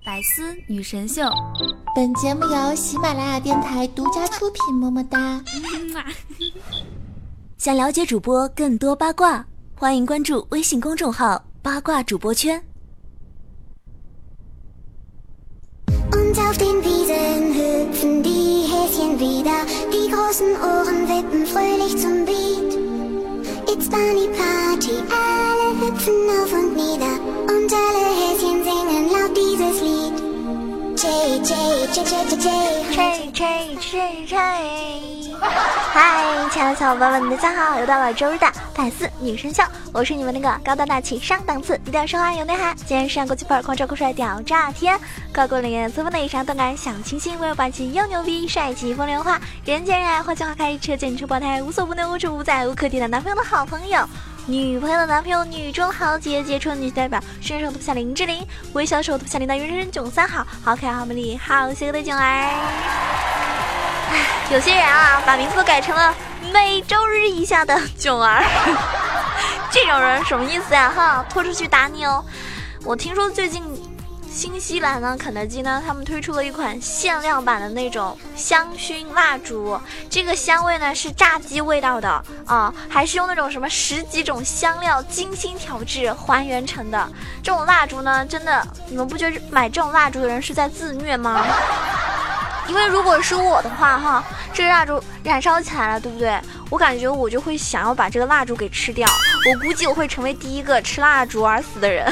百思女神秀， 本节目由喜马拉雅电台独家出品，么么哒。 想了解主播更多八卦，欢迎关注微信公众号八卦主播圈。 Und auf den Wiesen hüpfen die Häschen wieder, die großen Ohren wippen fröhlich zum Beat. It's Bunny Party, alle hüpfen auf und nieder und alle Häschen singen laut dieses Lied. J J J J J J J J J。 嗨，亲爱的小伙伴们，大家好！又到了周日的百思女神秀，我是你们那个高端大气上档次、低调奢华有内涵、今天是国际范儿、狂拽酷帅屌炸天、高过脸粗风的以上动感小清新、温柔霸气又牛逼、帅气风流花、人见人爱、花见花开、车见车爆胎、无所不能、无处无在、无可替代男朋友的好朋友。女朋友的男朋友，女中豪杰，杰出的女代表，伸手都不像林志玲，微笑手都不像林黛玉，人人囧三好，好可爱，好美丽，好邪恶的囧儿。有些人啊，把名字都改成了每周日以下的囧儿，这种人什么意思呀？哈，拖出去打你哦！我听说最近新西兰呢，肯德基呢，他们推出了一款限量版的那种香薰蜡烛，这个香味呢是炸鸡味道的啊，还是用那种什么10几种香料精心调制还原成的。这种蜡烛呢，真的，你们不觉得买这种蜡烛的人是在自虐吗？因为如果是我的话哈，这个蜡烛燃烧起来了，对不对？我感觉我就会想要把这个蜡烛给吃掉，我估计我会成为第一个吃蜡烛而死的人。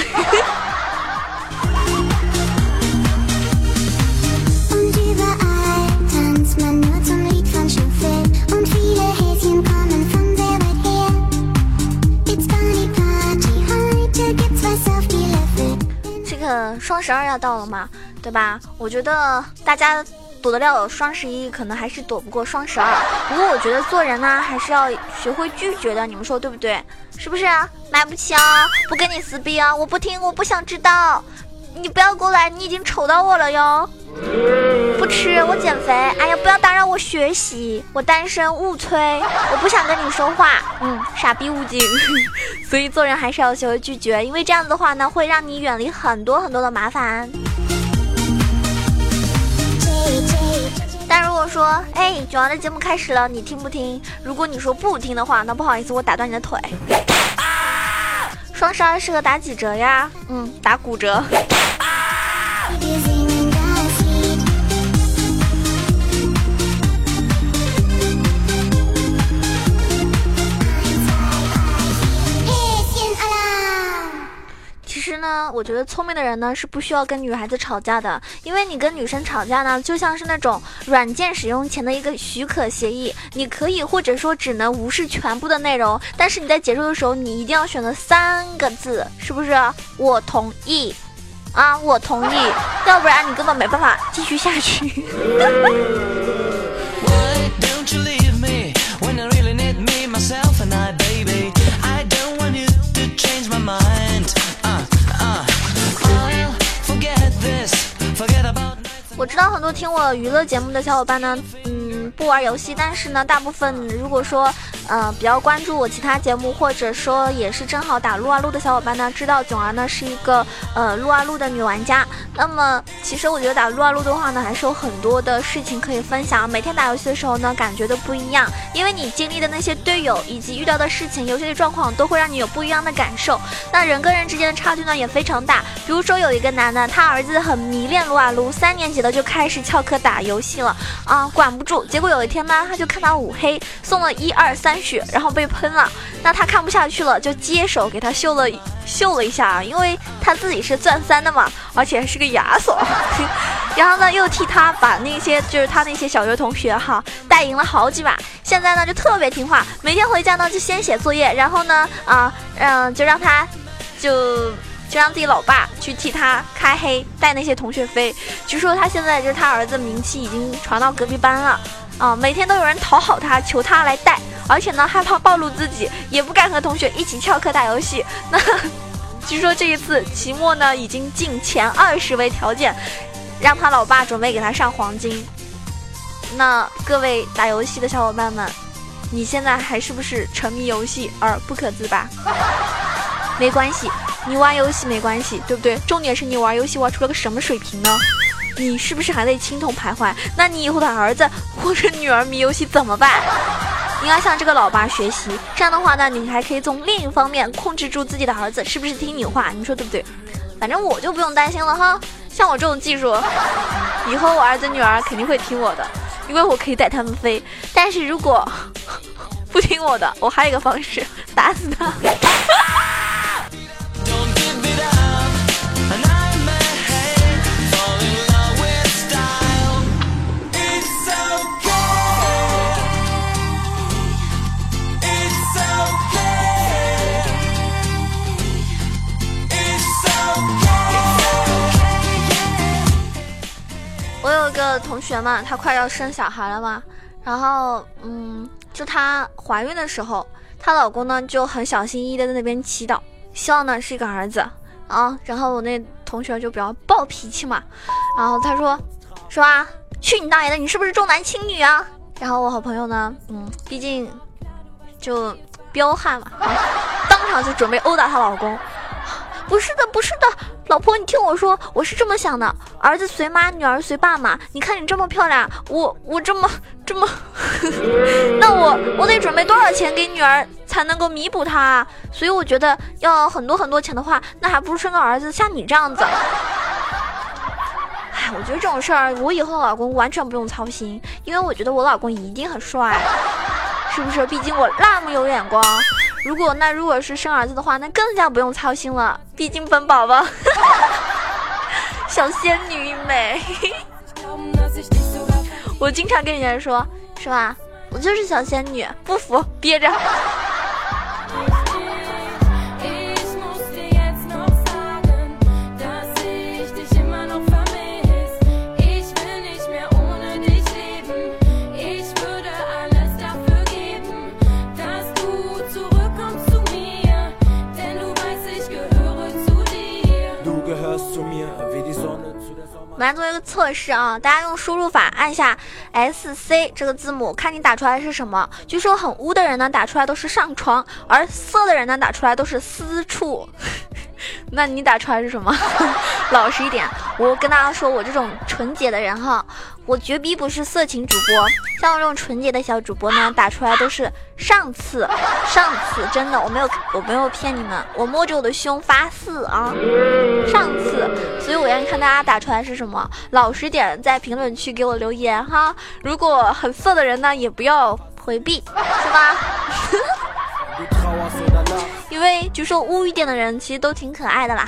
这个双12要到了嘛，对吧？我觉得大家躲得了双11，可能还是躲不过双12。不过我觉得做人呢，还是要学会拒绝的，你们说对不对？是不是啊？买不起啊，不跟你撕逼啊，我不听，我不想知道，你不要过来，你已经丑到我了哟。不吃，我减肥。哎呀，不要打扰我学习，我单身勿催，我不想跟你说话。傻逼勿近。所以做人还是要学会拒绝，因为这样子的话呢，会让你远离很多很多的麻烦。但如果说，囧儿的节目开始了，你听不听？如果你说不听的话，那不好意思，我打断你的腿。双12适合打几折呀？打骨折。其实呢，我觉得聪明的人呢是不需要跟女孩子吵架的，因为你跟女生吵架呢，就像是那种软件使用前的一个许可协议，你可以或者说只能无视全部的内容，但是你在结束的时候，你一定要选择3个字，是不是？我同意啊，我同意，要不然你根本没办法继续下去。我知道很多听我娱乐节目的小伙伴呢，不玩游戏，但是呢，大部分如果说比较关注我其他节目，或者说也是正好打撸啊撸的小伙伴呢，知道囧儿呢是一个撸啊撸的女玩家。那么其实我觉得打撸啊撸的话呢，还是有很多的事情可以分享。每天打游戏的时候呢，感觉都不一样，因为你经历的那些队友以及遇到的事情、游戏的状况，都会让你有不一样的感受。那人跟人之间的差距呢也非常大。比如说有一个男的，他儿子很迷恋撸啊撸，3年级的就开始翘课打游戏了啊，管不住。结果有一天呢，他就看到5黑送了1、2、3血，然后被喷了。那他看不下去了，就接手给他秀了一下，因为他自己是钻3的嘛，而且还是个亚索。然后呢，又替他把那些就是他那些小学同学哈带赢了好几把。现在呢就特别听话，每天回家呢就先写作业，然后呢就让他就让自己老爸去替他开黑带那些同学飞。据说他现在就是他儿子名气已经传到隔壁班了啊，每天都有人讨好他，求他来带，而且呢害怕暴露自己，也不敢和同学一起翘课打游戏。那据说这一次期末呢已经进前20为条件，让他老爸准备给他上黄金。那各位打游戏的小伙伴们，你现在还是不是沉迷游戏而不可自拔？没关系， 你玩游戏没关系，对不对？重点是你玩游戏玩出了个什么水平呢？你是不是还得青铜徘徊？那你以后的儿子或者女儿迷游戏怎么办？应该向这个老爸学习，这样的话呢，你还可以从另一方面控制住自己的儿子是不是听你话，你说对不对？反正我就不用担心了哈，像我这种技术，以后我儿子女儿肯定会听我的，因为我可以带他们飞。但是如果不听我的，我还有一个方式，打死他。我有个同学嘛，她快要生小孩了嘛，然后就她怀孕的时候，她老公呢就很小心翼翼的在那边祈祷，希望呢是一个儿子啊。然后我那同学就比较暴脾气嘛，然后他说是吧，去你大爷的，你是不是重男轻女啊？然后我好朋友呢，毕竟就彪悍嘛，当场就准备殴打她老公。不是的，不是的，老婆，你听我说，我是这么想的，儿子随妈，女儿随爸嘛。你看你这么漂亮，我这么，那我得准备多少钱给女儿才能够弥补她啊？所以我觉得要很多很多钱的话，那还不如生个儿子，像你这样子。哎，我觉得这种事儿，我以后的老公完全不用操心，因为我觉得我老公一定很帅，是不是？毕竟我那么有眼光。如果是生儿子的话，那更加不用操心了，毕竟本宝宝小仙女一枚。我经常跟人家说，是吧？我就是小仙女，不服憋着。我们来做一个测试啊，大家用输入法按下 SC 这个字母，看你打出来是什么。据说很污的人呢打出来都是上床，而色的人呢打出来都是私处。那你打出来是什么？老实一点，我跟大家说，我这种纯洁的人哈，我绝逼不是色情主播。像我这种纯洁的小主播呢，打出来都是上次，真的，我没有骗你们，我摸着我的胸发誓啊，上次。所以我要看大家打出来是什么，老实点，在评论区给我留言哈。如果很色的人呢，也不要回避，是吧？因为据说污一点的人其实都挺可爱的啦。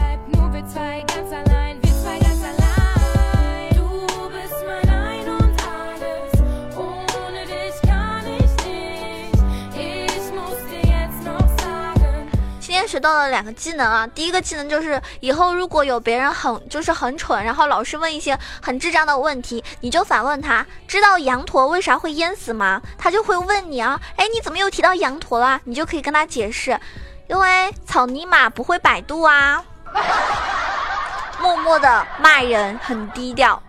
今天学到了2个技能啊，第一个技能就是以后如果有别人很蠢，然后老是问一些很智障的问题，你就反问他，知道羊驼为啥会淹死吗？他就会问你啊，哎，你怎么又提到羊驼啦？你就可以跟他解释，因为草泥马不会百度啊。默默的骂人，很低调。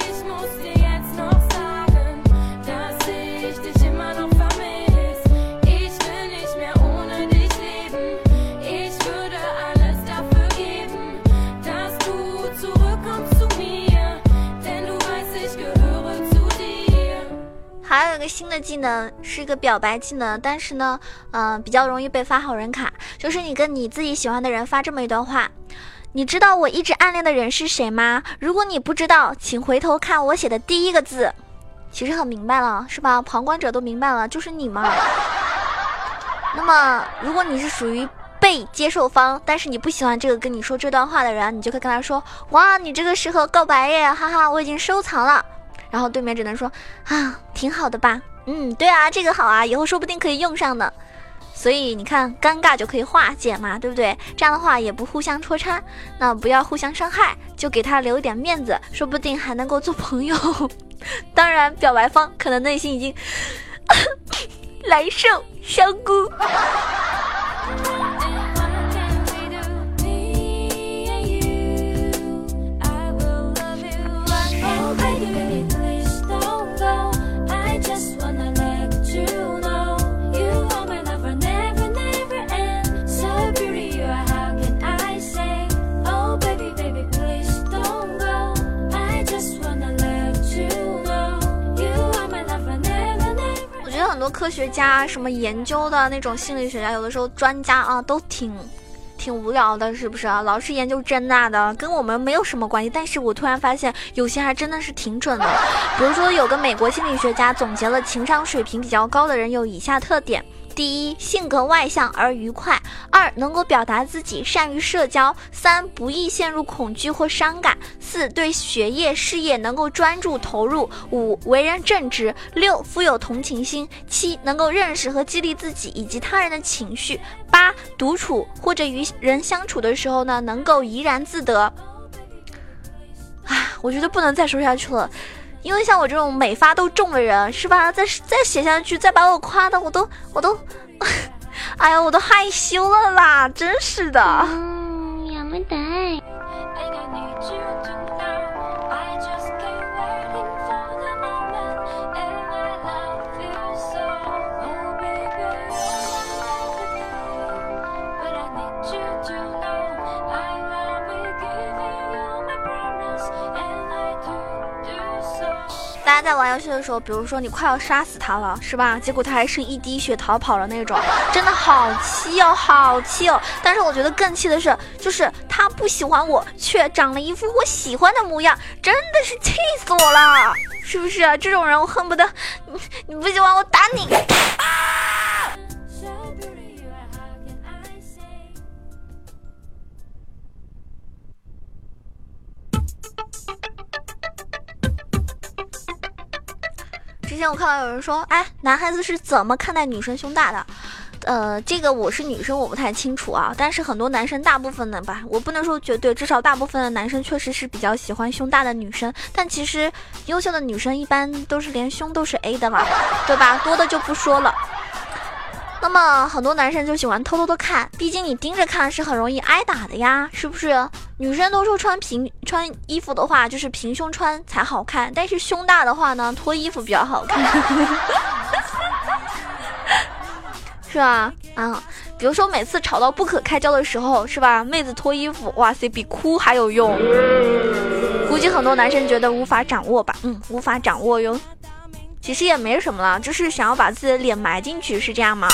还有一个新的技能，是一个表白技能，但是呢，比较容易被发好人卡。就是你跟你自己喜欢的人发这么一段话：你知道我一直暗恋的人是谁吗？如果你不知道，请回头看我写的第一个字。其实很明白了，是吧？旁观者都明白了，就是你嘛。那么，如果你是属于被接受方，但是你不喜欢这个跟你说这段话的人，你就可以跟他说：哇，你这个适合告白耶，哈哈，我已经收藏了。然后对面只能说啊，挺好的吧？对啊，这个好啊，以后说不定可以用上的。所以你看，尴尬就可以化解嘛，对不对？这样的话也不互相戳穿，那不要互相伤害，就给他留一点面子，说不定还能够做朋友。当然，表白方可能内心已经难受香菇。 科学家、什么研究的那种心理学家，有的时候专家啊，都挺无聊的，是不是啊？老是研究这那的，跟我们没有什么关系。但是我突然发现，有些还真的是挺准的。比如说，有个美国心理学家总结了情商水平比较高的人有以下特点。第一，性格外向而愉快；二，能够表达自己，善于社交；三，不易陷入恐惧或伤感；四，对学业事业能够专注投入；五，为人正直；六，富有同情心；七，能够认识和激励自己以及他人的情绪；八，独处或者与人相处的时候呢，能够怡然自得。我觉得不能再说下去了。因为像我这种美发都中的人，是吧？再写下去，再把我夸的我都，哎呀，我都害羞了啦，真是的。 やめたい。 大家在玩游戏的时候，比如说你快要杀死他了，是吧？结果他还剩一滴血逃跑了那种，真的好气哦，好气哦！但是我觉得更气的是，就是他不喜欢我，却长了一副我喜欢的模样，真的是气死我了，是不是？这种人我恨不得你不喜欢我打你。之前我看到有人说，男孩子是怎么看待女生胸大的？这个我是女生，我不太清楚啊。但是很多男生，大部分的吧，我不能说绝对，至少大部分的男生确实是比较喜欢胸大的女生。但其实优秀的女生一般都是连胸都是 A 的嘛，对吧？多的就不说了。那么很多男生就喜欢偷偷的看，毕竟你盯着看是很容易挨打的呀，是不是？女生都说穿衣服的话就是平胸穿才好看，但是胸大的话呢，脱衣服比较好看。是吧？比如说每次吵到不可开交的时候，是吧？妹子脱衣服，哇塞，比哭还有用。估计很多男生觉得无法掌握吧？无法掌握哟。其实也没什么了，就是想要把自己的脸埋进去，是这样吗？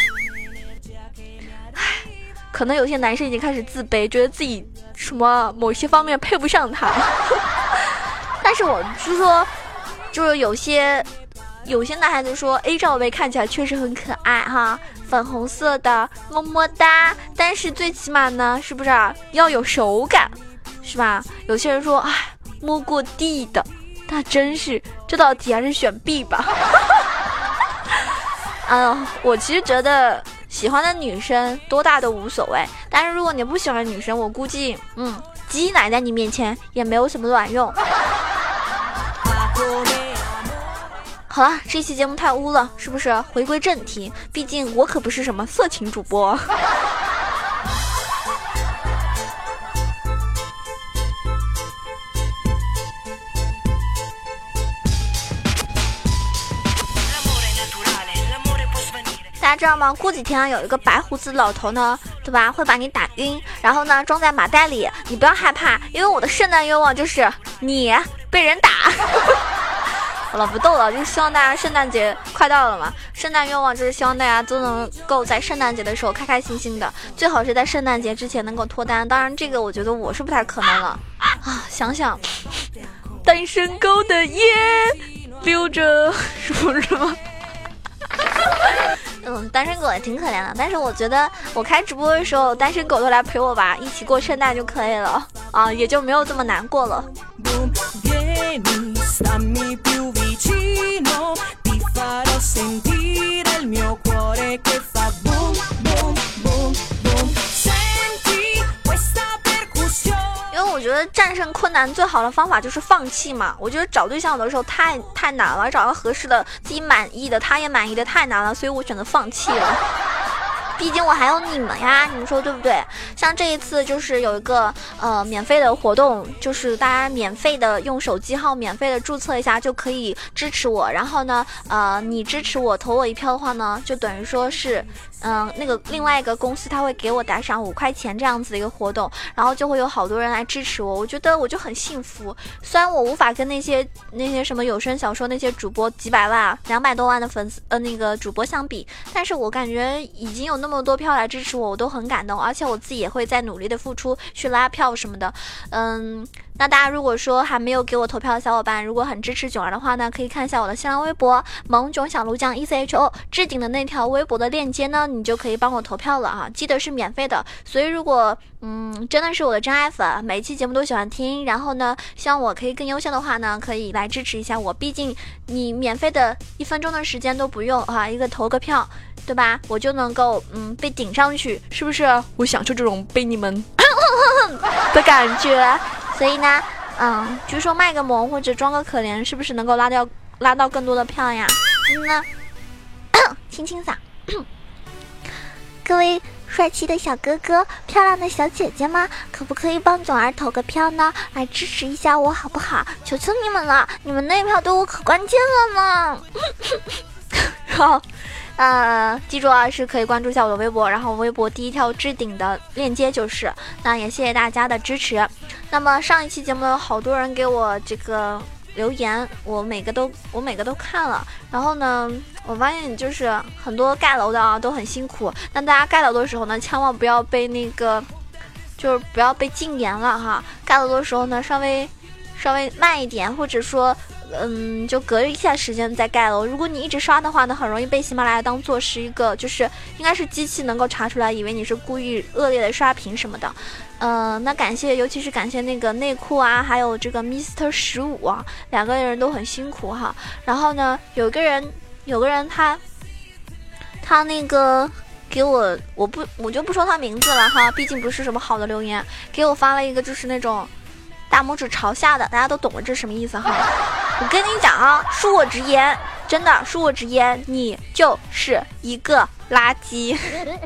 可能有些男生已经开始自卑，觉得自己什么某些方面配不上他。但是我是说，就是有些男孩子说 A 罩杯看起来确实很可爱哈，粉红色的么么哒，但是最起码呢，是不是要有手感，是吧？有些人说摸过地的，那真是这道题还是选 B 吧。我其实觉得喜欢的女生多大都无所谓，但是如果你不喜欢女生，我估计鸡奶在你面前也没有什么卵用。好了，这期节目太污了，是不是？回归正题，毕竟我可不是什么色情主播。大家知道吗？过几天有一个白胡子老头呢，对吧？会把你打晕，然后呢装在麻袋里。你不要害怕，因为我的圣诞愿望就是你被人打。好了，不逗了，就是希望大家圣诞节快到了嘛。圣诞愿望就是希望大家都能够在圣诞节的时候开开心心的，最好是在圣诞节之前能够脱单。当然，这个我觉得我是不太可能了想想，单身狗的夜留着，是不是吗？单身狗也挺可怜的，但是我觉得我开直播的时候，单身狗都来陪我吧，一起过圣诞就可以了也就没有这么难过了。因为我觉得战胜困难最好的方法就是放弃嘛。我觉得找对象有的时候太难了，找到合适的自己满意的他也满意的太难了，所以我选择放弃了。 毕竟我还有你们呀，你们说对不对？像这一次就是有一个免费的活动，就是大家免费的用手机号免费的注册一下就可以支持我，然后呢你支持我投我一票的话呢，就等于说是那个另外一个公司他会给我打赏5块钱这样子的一个活动，然后就会有好多人来支持我，我觉得我就很幸福。虽然我无法跟那些什么有声小说那些主播几百万200多万的粉丝那个主播相比，但是我感觉已经有那么多票来支持我，我都很感动，而且我自己也会在努力的付出去拉票什么的。那大家如果说还没有给我投票的小伙伴，如果很支持囧儿的话呢，可以看一下我的新浪微博萌囧小鹿酱 ECHO 置顶的那条微博的链接呢，你就可以帮我投票了啊，记得是免费的。所以如果真的是我的真爱粉，每一期节目都喜欢听，然后呢希望我可以更优秀的话呢，可以来支持一下我，毕竟你免费的1分钟的时间都不用啊，一个投个票对吧，我就能够被顶上去，是不是？我享受这种被你们的感觉。所以呢据说卖个萌或者装个可怜，是不是能够拉到更多的票呀？清清嗓各位帅气的小哥哥，漂亮的小姐姐们，可不可以帮囧儿投个票呢？来支持一下我好不好？求求你们了，你们那一票对我可关键了呢。好记住啊，是可以关注一下我的微博，然后微博第一条置顶的链接就是。那也谢谢大家的支持。那么上一期节目有好多人给我这个留言，我每个都看了，然后呢我发现就是很多盖楼的啊都很辛苦，那大家盖楼的时候呢千万不要被就是不要被禁言了哈，盖楼的时候呢稍微慢一点，或者说就隔一下时间再盖楼。如果你一直刷的话呢，很容易被喜马拉雅当做是一个就是应该是机器能够查出来，以为你是故意恶劣的刷屏什么的。那尤其是感谢那个内裤啊，还有这个 Mr.15啊，2个人都很辛苦哈。然后呢有个人他那个给我就不说他名字了哈，毕竟不是什么好的留言，给我发了一个就是那种大拇指朝下的，大家都懂了这是什么意思哈。我跟你讲啊，恕我直言，真的恕我直言，你就是一个垃圾。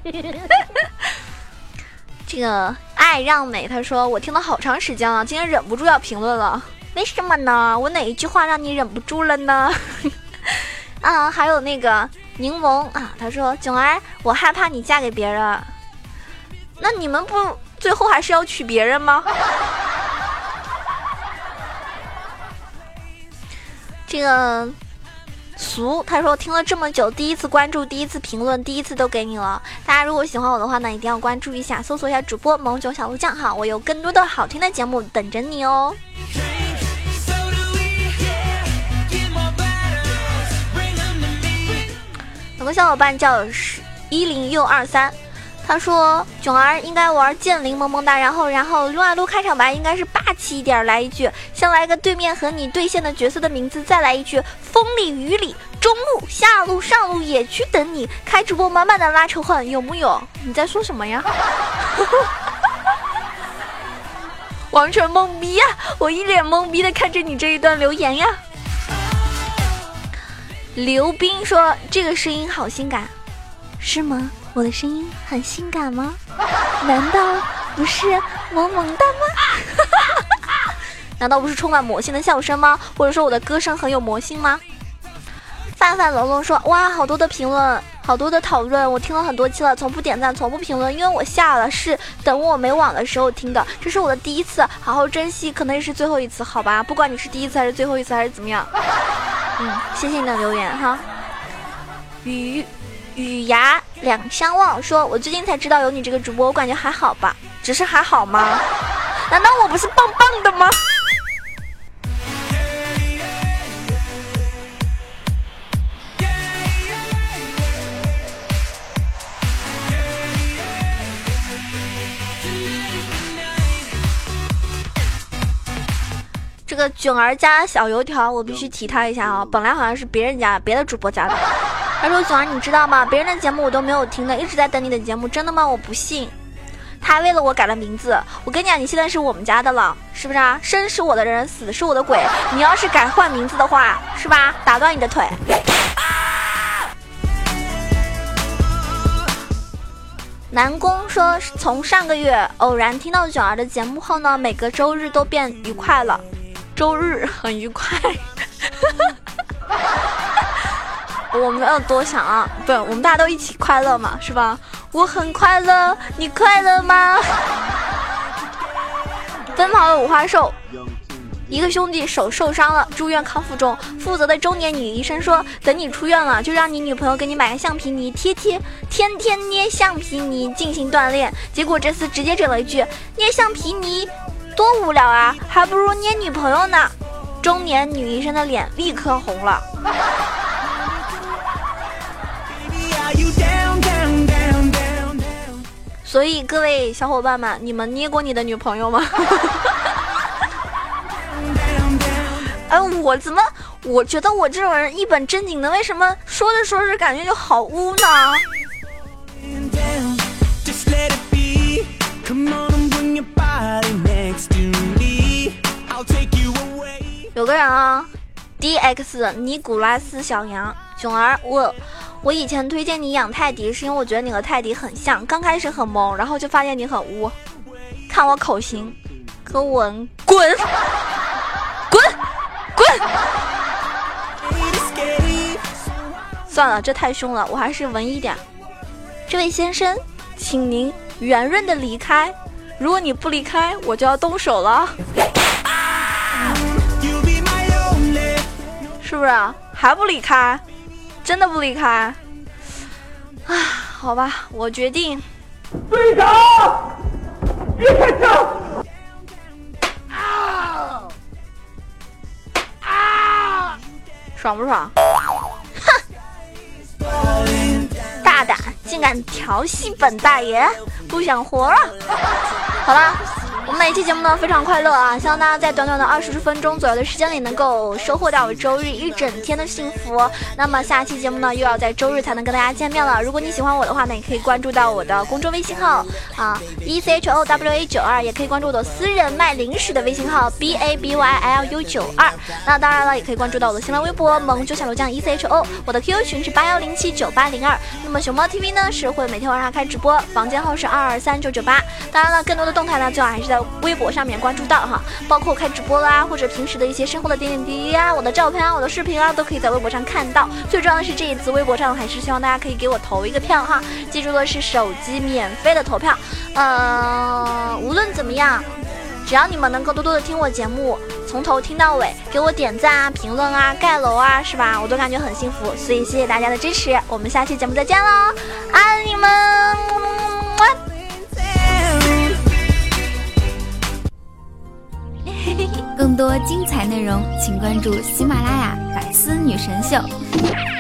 这个爱让美他说，我听了好长时间了，今天忍不住要评论了。为什么呢？我哪一句话让你忍不住了呢？还有那个柠檬啊，他说囧儿，我害怕你嫁给别人。那你们不最后还是要娶别人吗？这个俗他说，听了这么久，第一次关注，第一次评论，第一次都给你了。大家如果喜欢我的话呢，一定要关注一下，搜索一下主播萌囧小鹿酱哈，我有更多的好听的节目等着你哦。有个小伙伴叫10623，他说囧儿应该玩剑灵萌萌哒，然后撸啊撸开场白应该是霸气一点，来一句先来个对面和你对线的角色的名字，再来一句风里雨里中路下路上路也去等你，开直播满满的拉仇恨，有木有？你在说什么呀？完全懵逼呀！我一脸懵逼的看着你这一段留言呀。刘斌说这个声音好性感，是吗？我的声音很性感吗？难道不是萌萌哒吗？难道不是充满魔性的笑声吗？或者说我的歌声很有魔性吗？范范龙龙说，哇，好多的评论，好多的讨论，我听了很多期了，从不点赞，从不评论，因为我下了，是等我没网的时候听的，这是我的第一次，好好珍惜，可能也是最后一次，好吧？不管你是第一次还是最后一次还是怎么样，谢谢你的留言哈。雨牙两相望说，我最近才知道有你这个主播，我感觉还好吧，只是还好吗？难道我不是棒棒的吗？这个囧儿家小油条我必须提他一下啊，本来好像是别的主播家的。他说囧儿你知道吗，别人的节目我都没有听的，一直在等你的节目，真的吗？我不信。他还为了我改了名字，我跟你讲，你现在是我们家的了，是不是啊？生是我的人，死是我的鬼，你要是敢换名字的话，是吧？打断你的腿。 南宫说，从上个月偶然听到囧儿的节目后呢，每个周日都变愉快了，周日很愉快。我没有多想啊，不，我们大家都一起快乐嘛，是吧？我很快乐，你快乐吗？奔跑的五花兽，一个兄弟手受伤了，住院康复中。负责的中年女医生说，等你出院了，就让你女朋友给你买个橡皮泥，天天捏橡皮泥进行锻炼。结果这次直接整了一句，捏橡皮泥多无聊啊，还不如捏女朋友呢。中年女医生的脸立刻红了。所以各位小伙伴们，你们捏过你的女朋友吗？我觉得我这种人一本正经的，为什么说着说着感觉就好污呢？有个人啊 ，DX 尼古拉斯小羊囧儿，我以前推荐你养泰迪，是因为我觉得你和泰迪很像，刚开始很萌，然后就发现你很污。看我口型，给我滚滚滚滚！算了，这太凶了，我还是文一点。这位先生，请您圆润的离开，如果你不离开，我就要动手了。是不是？还不离开？真的不离开？啊，好吧，我决定队长别开枪！爽不爽？哼！大胆，竟敢调戏本大爷，不想活了！好了。我们每一期节目呢非常快乐啊，希望大家在短短的20分钟左右的时间里能够收获到周日一整天的幸福。那么下期节目呢又要在周日才能跟大家见面了。如果你喜欢我的话呢，也可以关注到我的公众微信号啊 ECHOWA92，也可以关注我的私人卖零食的微信号 BABYLU92。那当然了，也可以关注到我的新浪微博萌就小楼酱 ECHO， 我的 QQ 群是81079802。那么熊猫 TV 呢是会每天晚上开直播，房间号是223998。当然了，更多的动态呢最好还是在微博上面关注到哈，包括开直播啦，或者平时的一些生活的点点滴滴啊，我的照片啊，我的视频啊，都可以在微博上看到。最重要的是这一次微博上还是希望大家可以给我投一个票哈，记住的是手机免费的投票。无论怎么样，只要你们能够多多的听我节目，从头听到尾，给我点赞啊、评论啊、盖楼啊，是吧？我都感觉很幸福，所以谢谢大家的支持，我们下期节目再见喽，爱你们！ 更多精彩内容，请关注喜马拉雅百思女神秀。